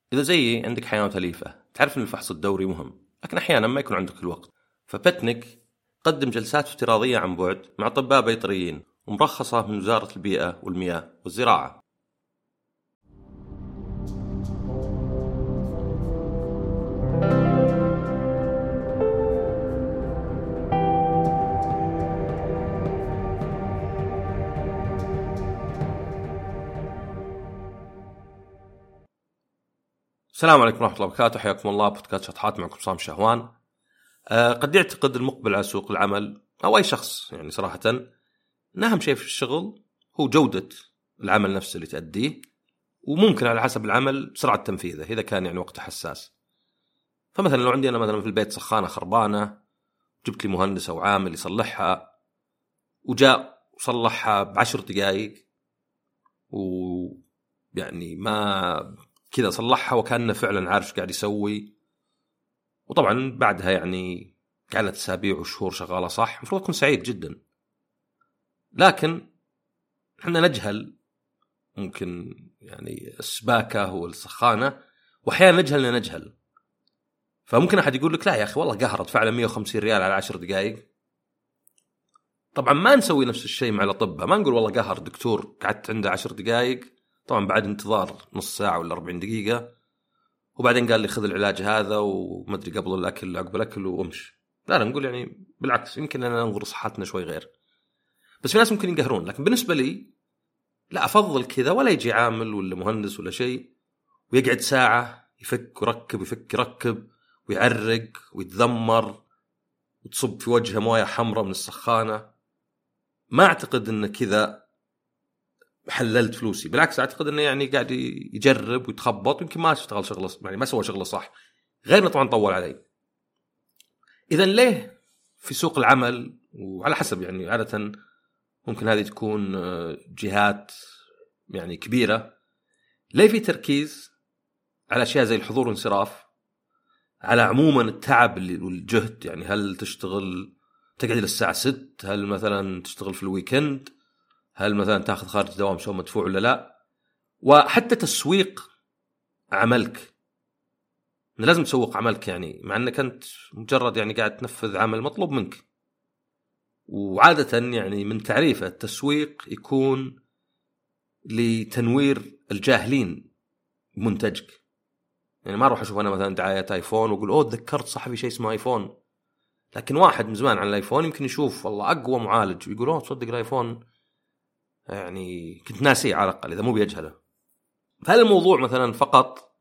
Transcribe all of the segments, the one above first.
إذا زيي عندك حيوانات أليفة، تعرف أن الفحص الدوري مهم، لكن أحيانا ما يكون عندك الوقت. فبتنك قدم جلسات افتراضية عن بعد مع أطباء بيطريين ومرخصة من وزارة البيئة والمياه والزراعة. السلام عليكم ورحمة الله وبركاته، حياكم الله بودكاست شطحات، معكم صام شهوان. قد يعتقد المقبل على سوق العمل أو أي شخص يعني صراحة أن أهم شيء في الشغل هو جودة العمل نفسه اللي تأديه، وممكن على حسب العمل سرعة تنفيذه إذا كان يعني وقته حساس. فمثلا لو عندي أنا مثلا في البيت سخانة خربانة، جبت لي مهندس أو عامل يصلحها، وجاء وصلحها ب10 دقائق، ويعني ما كذا صلحها وكأنه فعلا عارف قاعد يسوي. وطبعا بعدها يعني قعدت أسابيع وشهور شغالة صح، المفروض أكون سعيد جدا. لكن احنا نجهل ممكن يعني السباكة والسخانة، وأحيانا نجهل. فممكن أحد يقول لك لا يا أخي والله قهرت فعلا 150 ريال على 10 دقائق. طبعا ما نسوي نفس الشيء مع الأطباء، ما نقول والله قهر دكتور قعدت عنده 10 دقائق، طبعا بعد انتظار نص ساعة ولا 40 دقيقة، وبعدين قال لي خذ العلاج هذا ومدري قبل الأكل عقب الأكل وامشي. لا نقول يعني بالعكس، يمكن أنا ننظر صحتنا شوي غير. بس في ناس ممكن ينقهرون، لكن بالنسبة لي لا، أفضل كذا، ولا يجي عامل ولا مهندس ولا شيء ويقعد ساعة يفك وركب يفك يركب ويعرق ويتذمر وتصب في وجهه موية حمراء من السخانة. ما أعتقد أن كذا حللت فلوسي، بالعكس أعتقد أنه يعني قاعد يجرب ويتخبط، ويمكن ما اشتغل شغله يعني ما سوى شغله صح، غير طبعا طول علي. إذن ليه في سوق العمل، وعلى حسب يعني عادة ممكن هذه تكون جهات يعني كبيرة، ليه في تركيز على أشياء زي الحضور والانصراف، على عموما التعب والجهد؟ يعني هل تشتغل تقعد للساعة 6؟ هل مثلا تشتغل في الويكند؟ هل مثلا تاخذ خارج دوام شو مدفوع ولا لا؟ وحتى تسويق عملك، لازم تسوق عملك يعني، مع أنك أنت مجرد يعني قاعد تنفذ عمل مطلوب منك. وعادة يعني من تعريفه التسويق يكون لتنوير الجاهلين بمنتجك. يعني ما أروح أشوف أنا مثلا دعاية آيفون وأقول أوه تذكرت صاحبي شيء اسمه آيفون، لكن واحد من زمان عن الآيفون يمكن يشوف والله أقوى معالج ويقول أوه تصدق الآيفون يعني كنت ناسيه على الأقل إذا مو بيجهله. فهل الموضوع مثلا فقط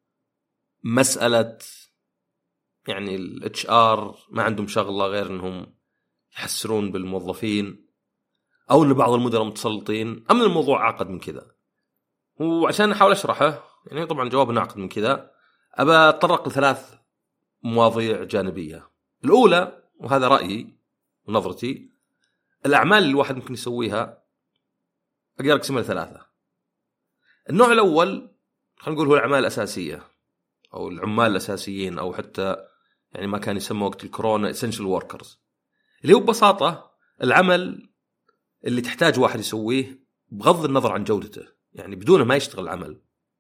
مسألة يعني ال HR ما عندهم شغلة غير أنهم يحسرون بالموظفين، أو أن بعض المدراء متسلطين، أم الموضوع عقد من كذا؟ وعشان أحاول أشرحه يعني طبعا جوابنا عقد من كذا، أبى أتطرق ل3 مواضيع جانبية. الأولى، وهذا رأيي ونظرتي، الأعمال اللي الواحد ممكن يسويها أقدر أقسمها ل3. النوع الأول خلينا نقول هو الأعمال الأساسية أو العمال الأساسيين، أو حتى يعني ما كان يسمى وقت الكورونا essential workers، اللي هو ببساطة العمل اللي تحتاج واحد يسويه بغض النظر عن جودته، يعني بدونه ما يشتغل العمل.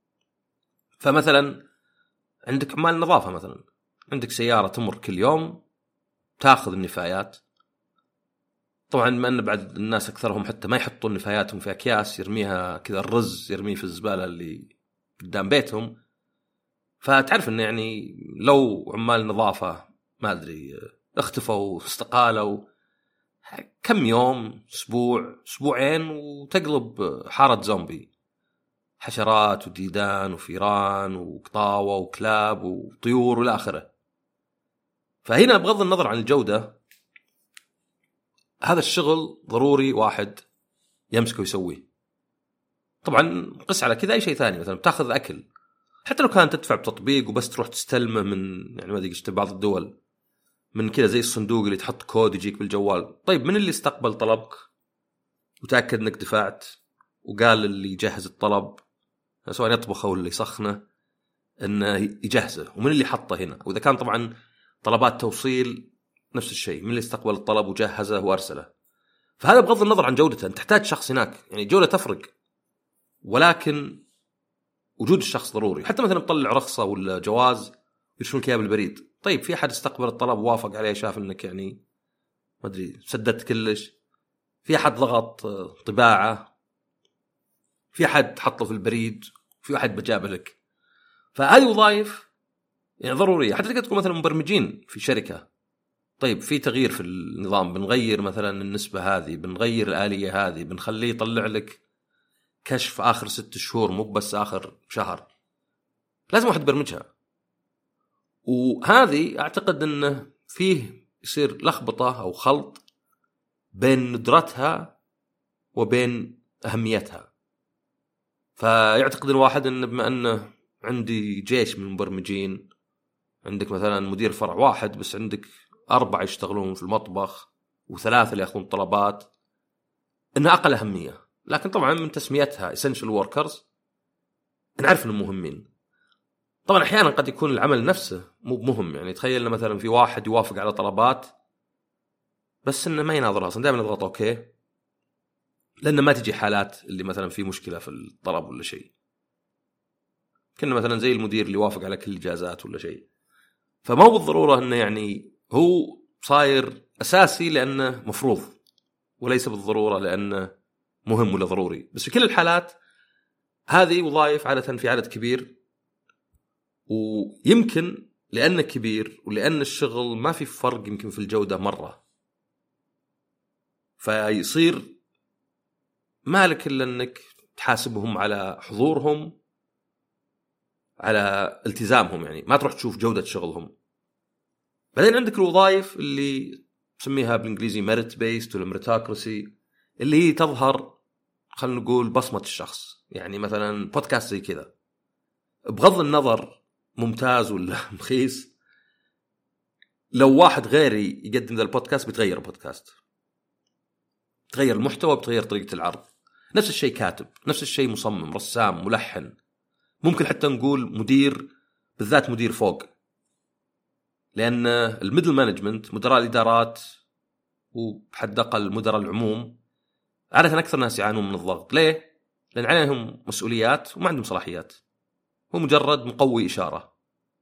فمثلا عندك عمال نظافة، مثلا عندك سيارة تمر كل يوم تأخذ النفايات. طبعا ما أن بعد الناس أكثرهم حتى ما يحطون نفاياتهم في أكياس، يرميها كذا، الرز يرميه في الزبالة اللي قدام بيتهم. فتعرف أن يعني لو عمال نظافة ما أدري اختفوا استقالوا كم يوم، أسبوع أسبوعين، وتقلب حارة زومبي، حشرات وديدان وفيران وقطاوة وكلاب وطيور والى آخره. فهنا بغض النظر عن الجودة، هذا الشغل ضروري واحد يمسكه ويسويه. طبعا قس على كذا أي شيء ثاني، مثلا بتاخذ أكل، حتى لو كان تدفع بتطبيق وبس تروح تستلمه من يعني ما أدري إيش بعض الدول من كذا زي الصندوق اللي تحط كود يجيك بالجوال. طيب من اللي استقبل طلبك وتأكد أنك دفعت، وقال اللي يجهز الطلب سواء يطبخه ولا يسخنه أنه يجهزه، ومن اللي حطه هنا؟ وإذا كان طبعا طلبات توصيل نفس الشيء، من اللي استقبل الطلب وجهزه وأرسله. فهذا بغض النظر عن جودته، أنت تحتاج شخص هناك، يعني جودة تفرق، ولكن وجود الشخص ضروري. حتى مثلا تطلع رخصة ولا جواز يرسلون لك اياه بالبريد، طيب في أحد استقبل الطلب ووافق عليه، شاف انك يعني ما ادري سددت كلش، في أحد ضغط طباعة، في أحد حطه في البريد، في أحد بجابه لك. فهذه وظائف يعني ضرورية. حتى تقدر تكون مثلا مبرمجين في شركة، طيب في تغيير في النظام، بنغير مثلا النسبة هذه، بنغير الآلية هذه، بنخليه يطلع لك كشف آخر 6 شهور مو بس آخر شهر، لازم واحد يبرمجها. وهذه أعتقد أنه فيه يصير لخبطة أو خلط بين ندرتها وبين أهميتها. فيعتقد الواحد أنه بما أنه عندي جيش من المبرمجين، عندك مثلا مدير فرع واحد بس عندك 4 يشتغلون في المطبخ و3 اللي يأخذون طلبات، إنها أقل أهمية. لكن طبعا من تسميتها essential workers نعرف إنهم مهمين. طبعا أحيانا قد يكون العمل نفسه مو مهم، يعني تخيلنا مثلا في واحد يوافق على طلبات بس إنه ما يناظرها أصلا، دائما نضغط أوكي، لأنه ما تجي حالات اللي مثلا في مشكلة في الطلب ولا شيء. كنا مثلا زي المدير اللي يوافق على كل الإجازات ولا شيء. فما هو بالضرورة إنه يعني هو صاير أساسي لأنه مفروض، وليس بالضرورة لأنه مهم ولا ضروري. بس في كل الحالات هذه وظائف عادة في عدد كبير، ويمكن لأنه كبير ولأن الشغل ما في فرق يمكن في الجودة مرة، فيصير مالك إلا أنك تحاسبهم على حضورهم، على التزامهم، يعني ما تروح تشوف جودة شغلهم. بعدين عندك الوظائف اللي نسميها بالإنجليزي merit based ولا meritocracy، اللي هي تظهر خلينا نقول بصمة الشخص. يعني مثلا بودكاست زي كذا، بغض النظر ممتاز ولا مخيس، لو واحد غيري يقدم ذا البودكاست بتغير البودكاست، بتغير المحتوى، بتغير طريقة العرض. نفس الشيء كاتب، نفس الشيء مصمم، رسام، ملحن، ممكن حتى نقول مدير، بالذات مدير فوق، لأن الميدل مانجمنت مدراء الإدارات وبحد أقل مدراء العموم عادة أكثر ناس يعانون من الضغط. ليه؟ لأن عليهم مسؤوليات وما عندهم صلاحيات، هو مجرد مقوي إشارة.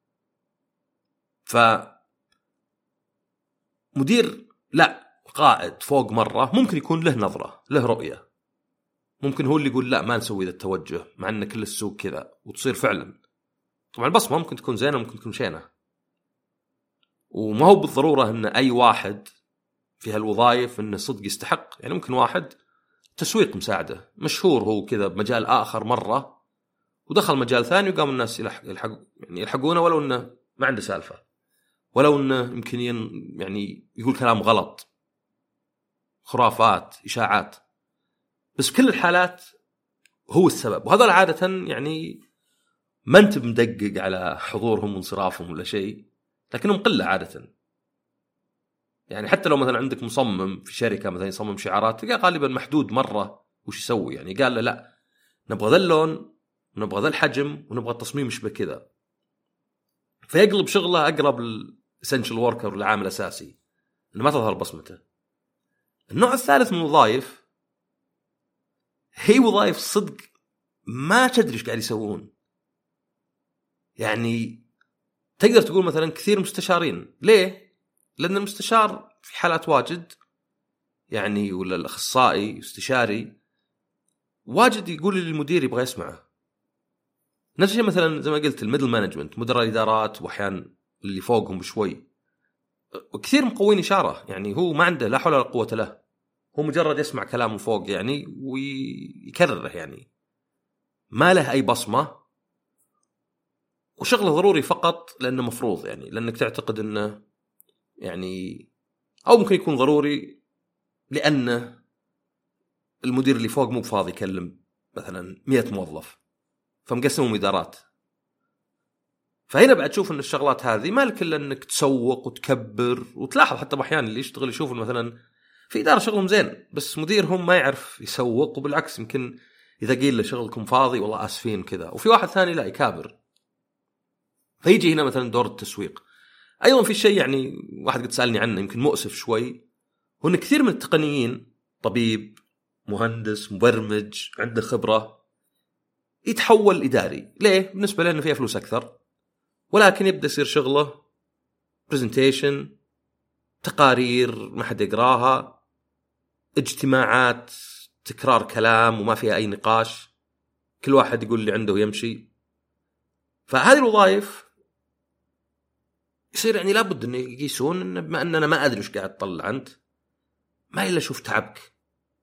فمدير لا، قائد فوق مرة ممكن يكون له نظرة، له رؤية، ممكن هو اللي يقول لا ما نسوي ذا التوجه مع أن كل السوق كذا، وتصير فعلا. طبعا البصمة ممكن تكون زينة ممكن تكون شينة، وما هو بالضرورة أن أي واحد في هالوظائف أنه صدق يستحق. يعني ممكن واحد تسويق مساعدة مشهور هو كذا بمجال آخر مرة، ودخل مجال ثاني وقام الناس يلحقونه ولو أنه ما عنده سالفة، ولو أنه يمكن يعني يقول كلام غلط، خرافات، إشاعات، بس بكل الحالات هو السبب. وهذا عادة يعني ما أنت مدقق على حضورهم وانصرافهم ولا شيء، لكنهم قلة عادة. يعني حتى لو مثلا عندك مصمم في شركة مثلا يصمم شعارات، تلقى غالبا محدود مرة وش يسوي. يعني قال له لا نبغى ذا اللون ونبغى ذا الحجم ونبغى التصميم يشبه كذا، فيقلب شغله أقرب الاسنشال وركر العامل الأساسي، إنه ما تظهر بصمته. النوع الثالث من الوظائف هي وظائف صدق ما تدري ايش قاعد يسوون. يعني تقدر تقول مثلا كثير مستشارين. ليه؟ لأن المستشار في حالات واجد يعني، ولا الأخصائي استشاري واجد يقول للمدير يبغى يسمعه. نفس الشيء مثلا زي ما قلت الميدل مانجمنت، مدراء الإدارات وأحيان اللي فوقهم بشوي، وكثير مقوين إشارة. يعني هو ما عنده لا حول ولا قوة له، هو مجرد يسمع كلامه فوق يعني ويكرره، يعني ما له أي بصمة، وشغله ضروري فقط لأنه مفروض، يعني لأنك تعتقد أنه يعني، أو ممكن يكون ضروري لأنه المدير اللي فوق مو فاضي يكلم مثلا 100 موظف فمقسمهم إدارات. فهنا بعد تشوف أن الشغلات هذه مالك إلا أنك تسوق وتكبر، وتلاحظ حتى بأحيان اللي يشتغل يشوف مثلا في إدارة شغلهم زين بس مديرهم ما يعرف يسوق، وبالعكس يمكن إذا قيل له شغلكم فاضي والله آسفين كذا، وفي واحد ثاني لا يكابر. فيجي هنا مثلا دور التسويق. أيضا في شيء يعني واحد قد سألني عنه يمكن مؤسف شوي، هو أن كثير من التقنيين، طبيب، مهندس، مبرمج، عنده خبرة، يتحول إداري. ليه؟ بالنسبة لأنه فيها فلوس أكثر، ولكن يبدأ يصير شغله برزنتيشن، تقارير ما حد يقراها، اجتماعات تكرار كلام وما فيها أي نقاش، كل واحد يقول اللي عنده ويمشي. فهذه الوظائف يصير يعني لابد أن يقيسون إن بما أننا ما أدري وش قاعد تطلع أنت، ما إلا أشوف تعبك،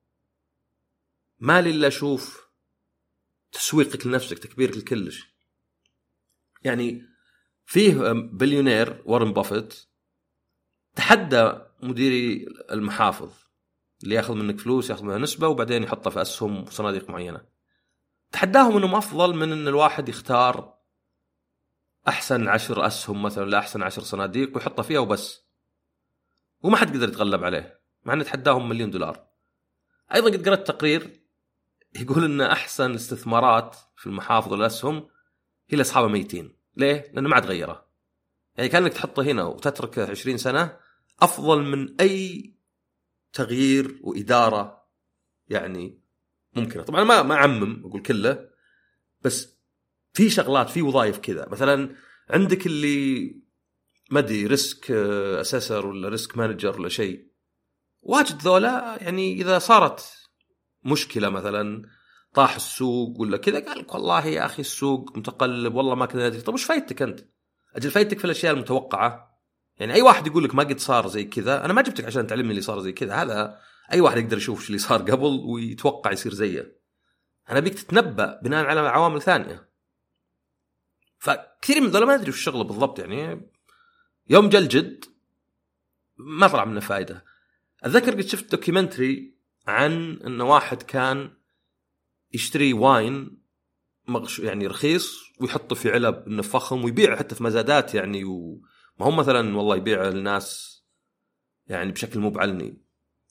ما إلا أشوف تسويقك لنفسك، تكبيرك لكلش. يعني فيه بليونير وارن بافيت تحدى مديري المحافظ اللي ياخذ منك فلوس، ياخذ منها نسبة وبعدين يحطها في أسهم وصناديق معينة. تحداهم أنهم أفضل من أن الواحد يختار أحسن 10 أسهم مثلا، لا أحسن 10 صناديق ويحطها فيها وبس، وما حد قدر يتغلب عليه مع أنه تحداهم $1,000,000. أيضا قد قرأت تقرير يقول أن أحسن الاستثمارات في المحافظ والأسهم هي لأصحابها ميتين. ليه؟ لأنه ما عاد غيره. يعني كأنك تحطه هنا وتترك 20 سنة أفضل من أي تغيير وإدارة يعني ممكنة. طبعا ما أعمم أقول كله، بس في شغلات، في وظائف كذا. مثلا عندك اللي ما أدري ريسك أسيسر ولا ريسك مانجر ولا شيء، واجد ذولا يعني إذا صارت مشكلة مثلا طاح السوق ولا كذا، قال لك والله يا أخي السوق متقلب والله ما كنا ندري. طب وش فايدتك أنت؟ أجل فايدتك في الأشياء المتوقعة. يعني أي واحد يقول لك ما قد صار زي كذا، أنا ما جبتك عشان تعلمني اللي صار زي كذا، هذا أي واحد يقدر يشوف اللي صار قبل ويتوقع يصير زيه. أنا بيك تتنبأ بناء على عوامل ثانية. فكثير من ذولا ما أدري وش الشغل بالضبط. يعني يوم جل جد ما طلع منه فائدة. أتذكر قد شفت دوكيومنتري عن أن واحد كان يشتري واين يعني رخيص ويحطه في علب انه فخم ويبيع حتى في مزادات، يعني وما هم مثلا والله يبيع للناس يعني بشكل مو بعلني.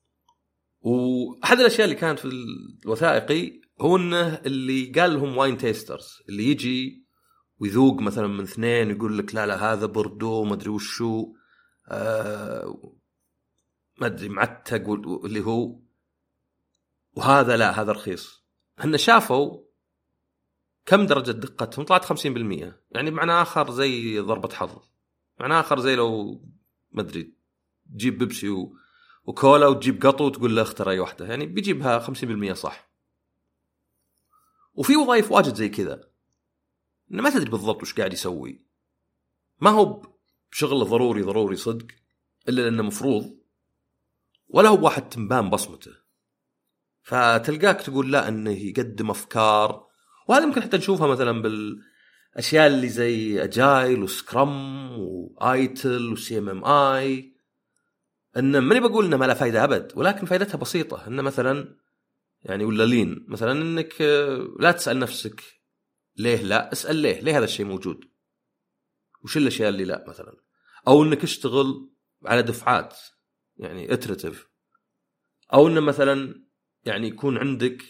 واحد الاشياء اللي كانت في الوثائقي هو انه اللي قال لهم واين تيسترز اللي يجي ويذوق مثلا من 2 ويقول لك لا هذا بردو ما ادري وشو ما ادري معتق اللي هو، وهذا لا هذا رخيص. هن شافوا كم درجة دقتهم، طلعت 50%. يعني بمعنى آخر زي ضربة حظ، معنى آخر زي لو ما أدري تجيب بيبسي وكولا وتجيب قطو وتقول له اختار أي واحدة، يعني بيجيبها 50% صح. وفي وظائف واجد زي كذا إنه ما تدري بالضبط وش قاعد يسوي، ما هو بشغل ضروري صدق إلا لأنه مفروض، ولا هو واحد تنبان بصمته. فتلقاك تقول لا إنه يقدم أفكار، وهذا ممكن حتى نشوفها مثلا بالأشياء اللي زي أجايل وسكرام وآيتل وسي ام ام اي، إن ماني بقول إنه ما له فايدة أبد، ولكن فايدتها بسيطة. إنه مثلا يعني ولا لين مثلا إنك لا تسأل نفسك ليه لا، اسأل ليه هذا الشيء موجود، وش الأشياء اللي لا مثلا. أو إنك اشتغل على دفعات يعني اترتيف، أو إنه مثلا يعني يكون عندك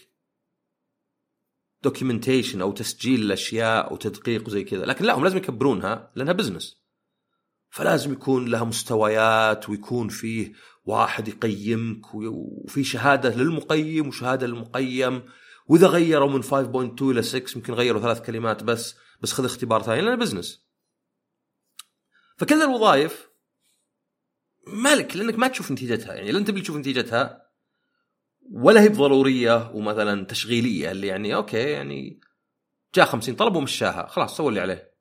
دوكيومنتيشن أو تسجيل الأشياء أو تدقيق وزي كذا. لكن لا، هم لازم يكبرونها لأنها بزنس، فلازم يكون لها مستويات ويكون فيه واحد يقيمك وفي شهادة للمقيم وشهادة للمقيم، وإذا غيروا من 5.2 إلى 6 ممكن غيروا 3 كلمات بس خذ اختبار ثاني لأنها بزنس. فكذا الوظائف مالك لأنك ما تشوف نتيجتها، يعني لن تبي تشوف نتيجتها، ولا هي ضرورية ومثلا تشغيلية اللي يعني أوكي يعني جاء 50 طلب ومشاها خلاص سوى اللي عليه.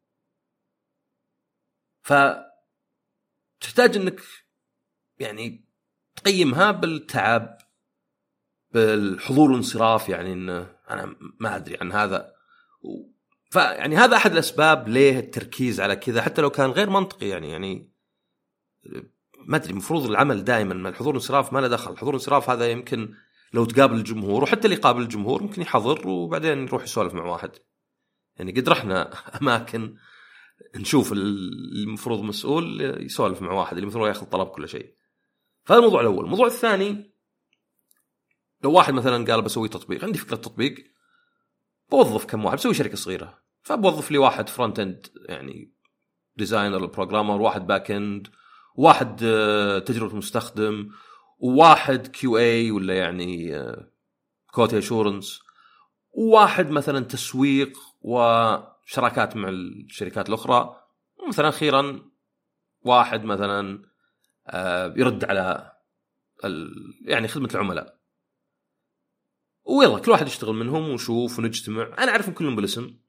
فتحتاج أنك يعني تقيمها بالتعب، بالحضور والانصراف. يعني إنه أنا ما أدري عن هذا فيعني هذا أحد الأسباب ليه التركيز على كذا حتى لو كان غير منطقي. يعني ما أدري، مفروض العمل دائما ما الحضور والانصراف ما له دخل. الحضور والانصراف هذا يمكن لو تقابل الجمهور، وحتى اللي يقابل الجمهور ممكن يحضر وبعدين يروح يسولف مع واحد. يعني قد رحنا أماكن نشوف المفروض مسؤول يسولف مع واحد اللي المفروض ياخذ طلب كل شيء. فهذا الموضوع الأول. الموضوع الثاني، لو واحد مثلا قال بسوي تطبيق، عندي فكرة تطبيق، بوظف كم واحد، بسوي شركة صغيرة، فبوظف لي واحد فرونت اند يعني ديزاينر البروجرامر، واحد باك اند، واحد تجربة مستخدم، وواحد QA ولا يعني كواليتي اشورنس، وواحد مثلا تسويق وشراكات مع الشركات الأخرى، ومثلا أخيرا واحد مثلا يرد على يعني خدمة العملاء. ويلا كل واحد يشتغل منهم ونشوف ونجتمع. أنا أعرفهم كلهم بالاسم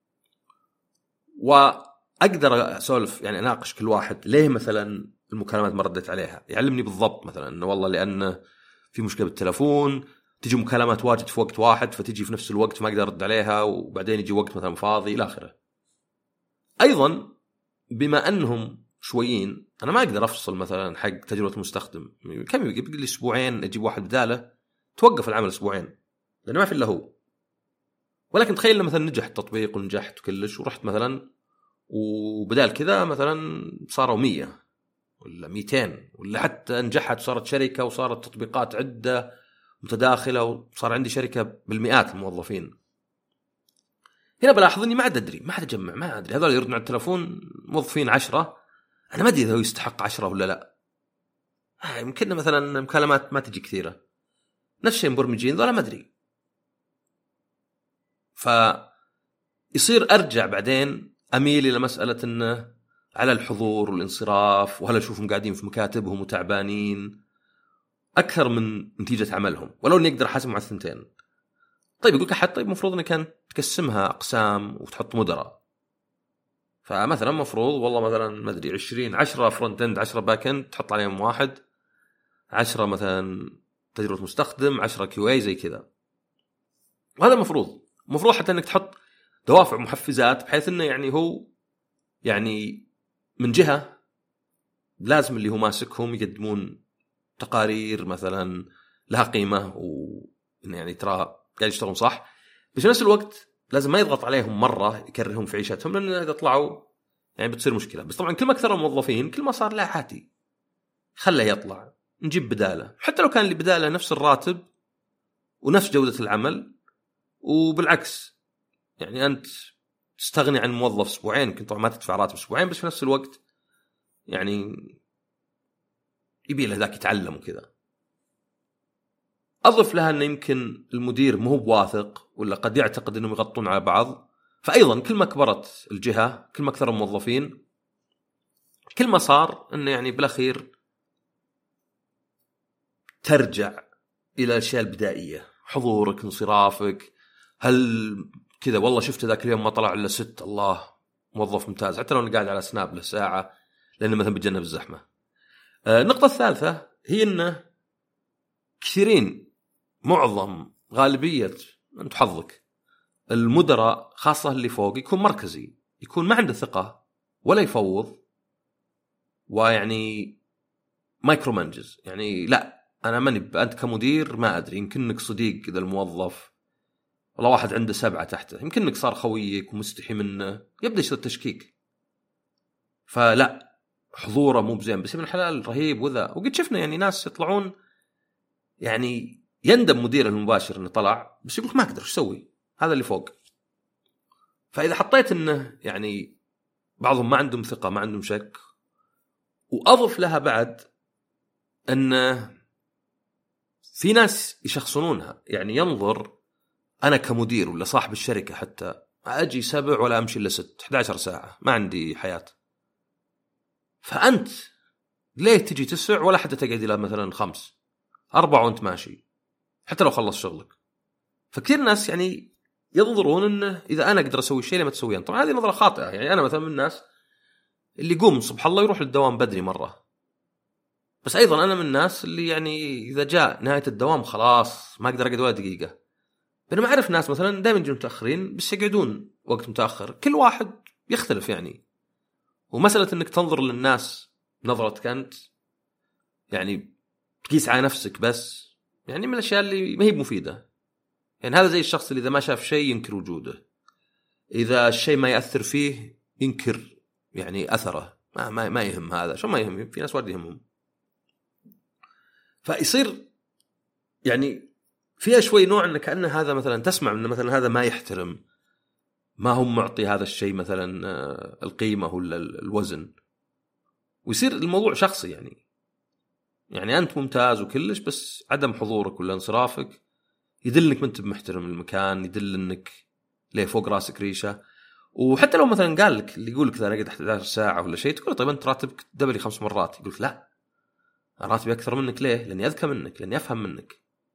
وأقدر أسولف، يعني أناقش كل واحد ليه مثلا المكالمات ما ردت عليها، يعلمني بالضبط مثلا إنه والله لأنه في مشكلة بالتلفون، تجي مكالمات واجد في وقت واحد فتجي في نفس الوقت ما أقدر أرد عليها، وبعدين يجي وقت مثلا فاضي إلى آخره. أيضا بما أنهم شويين أنا ما أقدر أفصل مثلا حق تجربة المستخدم، كم يقول لي أسبوعين أجيب واحد بداله، توقف العمل أسبوعين لأنه ما في إلا هو. ولكن تخيل مثلا نجح التطبيق ونجحت كلش ورحت مثلا وبدال كذا مثلا صاروا 100 ولا 200 ولا حتى نجحت وصارت شركة وصارت تطبيقات عدة متداخلة وصار عندي شركة بالمئات الموظفين. هنا بلاحظ اني ما عاد ادري، ما عاد اجمع، ما ادري هذول يردون على التلفون موظفين 10، انا ما ادري اذا هو يستحق 10 ولا لا. يمكن مثلا مكالمات ما تجي كثيره، نفس الشيء مبرمجين ذولا ما ادري. فيصير ارجع بعدين اميل الى مساله انه على الحضور والانصراف، وهل اشوفهم قاعدين في مكاتبهم وتعبانين اكثر من نتيجه عملهم، ولو اني اقدر احاسب مع الثنتين. طيب يقولك أحد طيب مفروض أنك كانت تقسمها أقسام وتحط مدراء، فمثلا مفروض والله مثلا ما أدري 10 فرونت اند 10 باك اند تحط عليهم واحد، 10 مثلا تجربة مستخدم، 10 كيو اي زي كذا. وهذا مفروض حتى أنك تحط دوافع محفزات بحيث أنه يعني هو يعني من جهة لازم اللي هو ماسكهم يقدمون تقارير مثلا لها قيمة يعني ترى قاعد يشتغلون صح، بس في نفس الوقت لازم ما يضغط عليهم مرة يكرههم في عيشتهم، لأن إذا طلعوا يعني بتصير مشكلة. بس طبعا كل ما كثروا الموظفين كل ما صار لا عادي خله يطلع نجيب بداله، حتى لو كان اللي بداله نفس الراتب ونفس جودة العمل. وبالعكس يعني أنت تستغني عن موظف أسبوعين، كنت طبعا ما تدفع راتب أسبوعين، بس في نفس الوقت يعني يبي له ذاك يتعلم وكذا. أضف لها أن يمكن المدير مو بواثق ولا قد يعتقد أنهم يغطون على بعض، فأيضا كل ما كبرت الجهة كل ما كثر الموظفين كل ما صار أنه يعني بالأخير ترجع إلى الأشياء البدائية، حضورك، انصرافك، هل كذا والله شفت ذاك اليوم ما طلع إلا 6 الله موظف ممتاز، حتى لو أنا قاعد على سناب له ساعة لأنه مثلا بتجنب الزحمة. النقطة الثالثة هي أنه كثيرين معظم غالبية أنت حظك المدراء خاصة اللي فوق يكون مركزي، يكون ما عنده ثقة ولا يفوض، ويعني مايكرو مانجز، يعني لا أنا ماني أنت كمدير ما أدري، يمكنك صديق إذا الموظف والله واحد عنده 7 تحته يمكنك صار خويك ومستحي منه، يبدأ يصير تشكيك. فلا حضوره مو بزين، بس ابن الحلال رهيب وذا. وقد شفنا يعني ناس يطلعون يعني يندم مديره المباشر انه طلع، بس يقولك ما اقدر ايش اسوي هذا اللي فوق. فاذا حطيت انه يعني بعضهم ما عندهم ثقه ما عندهم شك، واضف لها بعد انه في ناس يشخصونها، يعني ينظر انا كمدير ولا صاحب الشركه حتى اجي 7 ولا امشي الا 6 11 ساعه ما عندي حياه، فانت ليه تجي 9 ولا حتى تقعد الى مثلا 5 4 وانت ماشي حتى لو خلص شغلك؟ فكثير ناس يعني ينظرون انه اذا انا اقدر اسوي شيء لما تسويه انت. طبعا هذه نظره خاطئه، يعني انا مثلا من الناس اللي يقوم صبح الله يروح للدوام بدري مره، بس ايضا انا من الناس اللي يعني اذا جاء نهايه الدوام خلاص ما اقدر اقعد ولا دقيقه. بينما اعرف ناس مثلا دائما يجون متاخرين بس يقعدون وقت متاخر، كل واحد يختلف يعني. ومساله انك تنظر للناس نظرتك انت يعني تقيس على نفسك بس، يعني من الاشياء اللي ما هي مفيده. يعني هذا زي الشخص اللي إذا ما شاف شيء ينكر وجوده، إذا الشيء ما يأثر فيه ينكر يعني أثره، ما يهم هذا. شو ما يهم؟ في ناس وايد يهمهم. فيصير يعني فيها شوي نوع إن كأنه هذا مثلا تسمع إنه مثلا هذا ما يحترم، ما هم معطي هذا الشيء مثلا القيمة ولا الوزن، ويصير الموضوع شخصي. يعني أنت ممتاز وكلش، بس عدم حضورك ولا انصرافك يدل انك ما انت بمحترم المكان، يدل انك ليه فوق راسك ريشه. وحتى لو مثلا قال لك اللي يقول لك اذا قعدت 11 ساعه ولا شيء، تقول طيب انت راتبك دبلي 5 مرات، يقول لك لا راتبي اكثر منك. ليه؟ لاني اذكى منك، لاني افهم منك.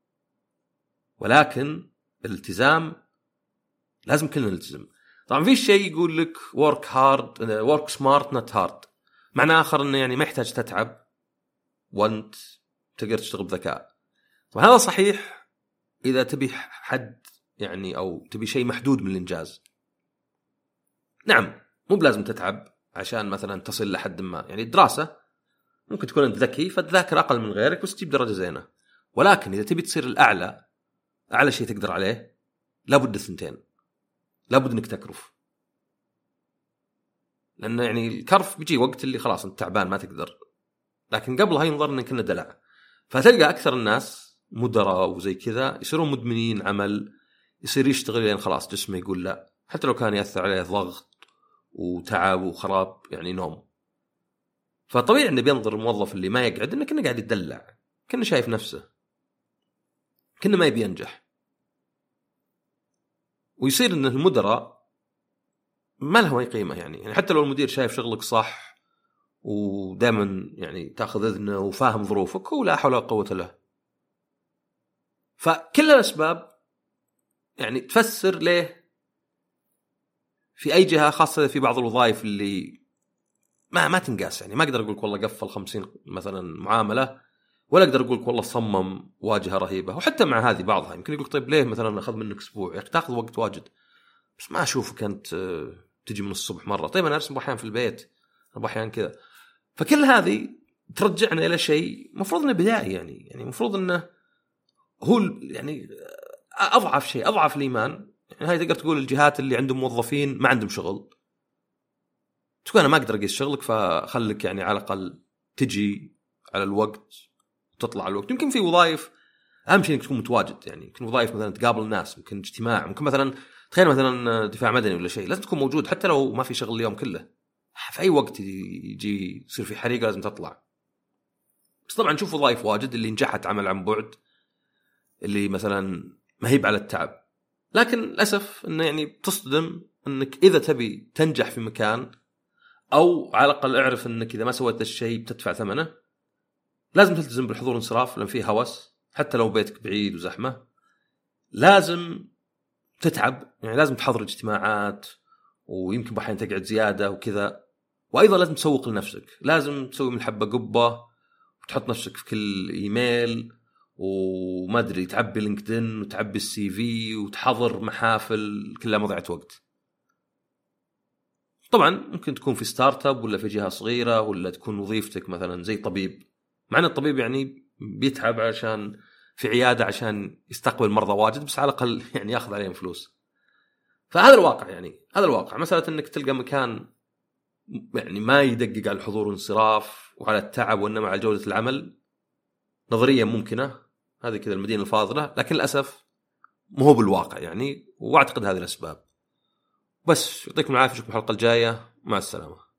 ولكن الالتزام لازم كلنا نلتزم. طبعا في شيء يقول لك work hard work smart not hard، معنى آخر أنه يعني ما يحتاج تتعب وأنت تقدر تشتغل بذكاء. وهذا صحيح إذا تبي حد يعني أو تبي شيء محدود من الإنجاز. نعم مو بلازم تتعب عشان مثلا تصل لحد ما، يعني الدراسة ممكن تكون أنت ذكي فتذاكر أقل من غيرك بس تجيب درجة زينة. ولكن إذا تبي تصير الأعلى، أعلى شيء تقدر عليه، لابد الثنتين، لابد انك تكرف. لأن يعني الكرف بيجي وقت اللي خلاص انت تعبان ما تقدر، لكن قبلها ينظر انك كنا دلع. فتلقى اكثر الناس مدراء وزي كذا يصيرون مدمنين عمل، يصير يشتغل لين خلاص جسمه يقول لا، حتى لو كان يأثر عليه ضغط وتعب وخراب يعني نوم. فطبيعي انه بينظر الموظف اللي ما يقعد انه كنا قاعد يدلع، كنا شايف نفسه، كنا ما يبي ينجح. ويصير ان المدراء ما لهم أي قيمة، يعني حتى لو المدير شايف شغلك صح ودائما يعني تأخذ إذنه وفاهم ظروفك، هو لا حول ولا قوة له. فكل الأسباب يعني تفسر ليه في أي جهة، خاصة في بعض الوظائف اللي ما تنقاس. يعني ما أقدر أقولك والله قفل 50 مثلا معاملة، ولا أقدر أقولك والله صمم واجهة رهيبة. وحتى مع هذه بعضها يمكن يقولك طيب ليه مثلا أخذ منك أسبوع، تأخذ وقت واجد، بس ما أشوفك أنت تجي من الصبح مرة. طيب أنا أرسم أحيان في البيت، أحيان كذا. فكل هذه ترجعنا إلى شيء مفروض إنه بدائي، يعني مفروض إنه هو يعني أضعف شيء، أضعف الإيمان. يعني هاي تقدر تقول الجهات اللي عندهم موظفين ما عندهم شغل، تقول أنا ما أقدر أقيس شغلك فخلك يعني على الأقل تجي على الوقت وتطلع على الوقت. يمكن في وظائف أهم شيء إنك تكون متواجد، يعني يمكن وظائف مثلا تقابل الناس، ممكن اجتماع، ممكن مثلا تخيل مثلا دفاع مدني ولا شيء، لازم تكون موجود حتى لو ما في شغل اليوم كله. في أي وقت يجي يصير في حريقة لازم تطلع. بس طبعا نشوف وظائف واجد اللي نجحت عمل عن بعد، اللي مثلا مهيب على التعب. لكن للأسف إنه يعني تصدم إنك إذا تبي تنجح في مكان، أو على الأقل اعرف إنك إذا ما سويت الشيء بتدفع ثمنه، لازم تلتزم بالحضور والانصراف لأن فيه هوس. حتى لو بيتك بعيد وزحمة لازم تتعب، يعني لازم تحضر اجتماعات، ويمكن بحين تقعد زيادة وكذا. وأيضا لازم تسوق لنفسك، لازم تسوي من الحبة قبة وتحط نفسك في كل إيميل، وما أدري تعبي لينكدين وتعبي السي في وتحضر محافل، كلها مضيعة وقت. طبعا ممكن تكون في ستارت اب ولا في جهة صغيرة، ولا تكون وظيفتك مثلا زي طبيب، مع أن الطبيب يعني بيتعب عشان في عيادة عشان يستقبل مرضى واجد، بس على الأقل يعني يأخذ عليهم فلوس. فهذا الواقع، يعني هذا الواقع. مسألة أنك تلقى مكان يعني ما يدقق على الحضور والانصراف وعلى التعب وإنما على جودة العمل، نظريا ممكنة، هذه كذا المدينة الفاضلة، لكن للأسف مو هو بالواقع يعني. وأعتقد هذه الأسباب. بس يعطيكم العافية، نشوفكم الحلقة الجاية، مع السلامة.